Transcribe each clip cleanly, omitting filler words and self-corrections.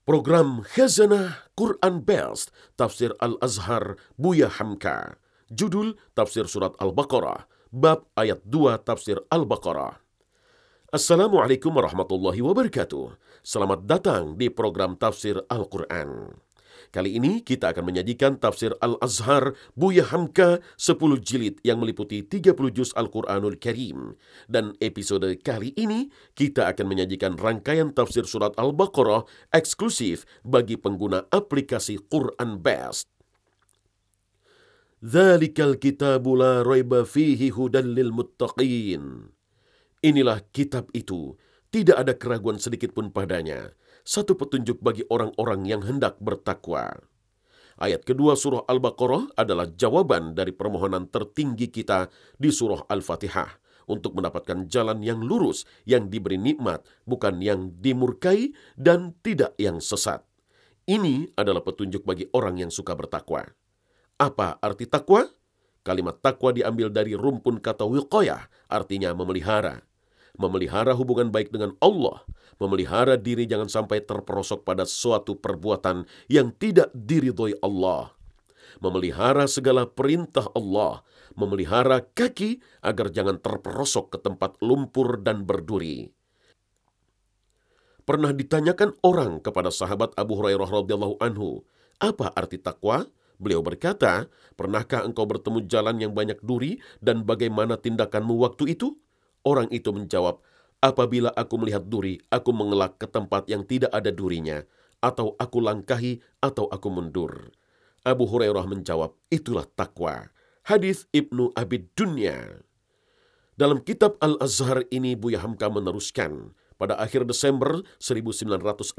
Program Khazanah Quran Best Tafsir Al-Azhar Buya Hamka. Judul Tafsir Surat Al-Baqarah, Bab Ayat 2 Tafsir Al-Baqarah. Assalamualaikum warahmatullahi wabarakatuh. Selamat datang di program Tafsir Al-Quran. Kali ini kita akan menyajikan Tafsir Al-Azhar Buya Hamka 10 jilid yang meliputi 30 juz Al-Quranul Karim. Dan episode kali ini kita akan menyajikan rangkaian Tafsir Surat Al-Baqarah eksklusif bagi pengguna aplikasi Quran Best. Dzalikal kitabu la raiba fihi hudan lil muttaqin. Inilah kitab itu, tidak ada keraguan sedikit pun padanya, satu petunjuk bagi orang-orang yang hendak bertakwa. Ayat kedua surah Al-Baqarah adalah jawaban dari permohonan tertinggi kita di surah Al-Fatihah untuk mendapatkan jalan yang lurus, yang diberi nikmat, bukan yang dimurkai dan tidak yang sesat. Ini adalah petunjuk bagi orang yang suka bertakwa. Apa arti takwa? Kalimat takwa diambil dari rumpun kata wiqayah, artinya memelihara. Memelihara hubungan baik dengan Allah, memelihara diri jangan sampai terperosok pada suatu perbuatan yang tidak diridhoi Allah, memelihara segala perintah Allah, memelihara kaki agar jangan terperosok ke tempat lumpur dan berduri. Pernah ditanyakan orang kepada sahabat Abu Hurairah radhiyallahu anhu, apa arti takwa? Beliau berkata, pernahkah engkau bertemu jalan yang banyak duri dan bagaimana tindakanmu waktu itu? Orang itu menjawab, apabila aku melihat duri, aku mengelak ke tempat yang tidak ada durinya, atau aku langkahi, atau aku mundur. Abu Hurairah menjawab, itulah takwa. Hadis Ibnu Abi Dunya. Dalam kitab Al-Azhar ini Buya Hamka meneruskan, pada akhir Desember 1962,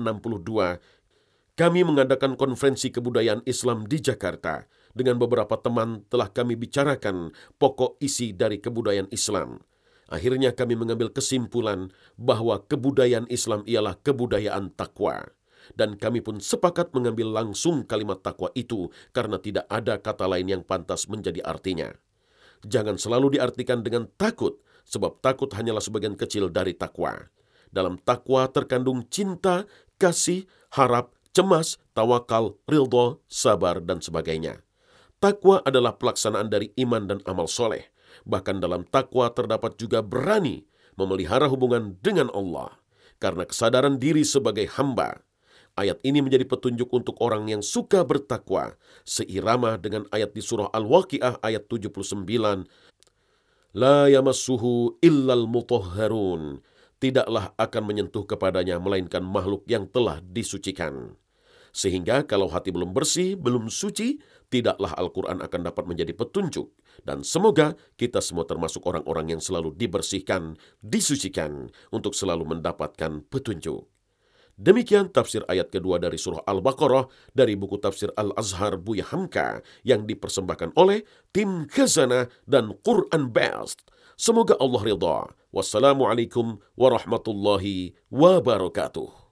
kami mengadakan konferensi kebudayaan Islam di Jakarta. Dengan beberapa teman telah kami bicarakan pokok isi dari kebudayaan Islam. Akhirnya kami mengambil kesimpulan bahwa kebudayaan Islam ialah kebudayaan takwa. Dan kami pun sepakat mengambil langsung kalimat takwa itu karena tidak ada kata lain yang pantas menjadi artinya. Jangan selalu diartikan dengan takut, sebab takut hanyalah sebagian kecil dari takwa. Dalam takwa terkandung cinta, kasih, harap, cemas, tawakal, ridho, sabar, dan sebagainya. Takwa adalah pelaksanaan dari iman dan amal soleh. Bahkan dalam takwa terdapat juga berani memelihara hubungan dengan Allah karena kesadaran diri sebagai hamba. Ayat ini menjadi petunjuk untuk orang yang suka bertakwa, seirama dengan ayat di surah Al-Waqiah ayat 79. La yamassuhu illal mutahharun. Tidaklah akan menyentuh kepadanya melainkan makhluk yang telah disucikan. Sehingga kalau hati belum bersih, belum suci, tidaklah Al-Quran akan dapat menjadi petunjuk. Dan semoga kita semua termasuk orang-orang yang selalu dibersihkan, disucikan, untuk selalu mendapatkan petunjuk. Demikian tafsir ayat kedua dari surah Al-Baqarah dari buku tafsir Al-Azhar Buya Hamka yang dipersembahkan oleh tim Khazanah dan Quran Best. Semoga Allah ridha. Wassalamualaikum warahmatullahi wabarakatuh.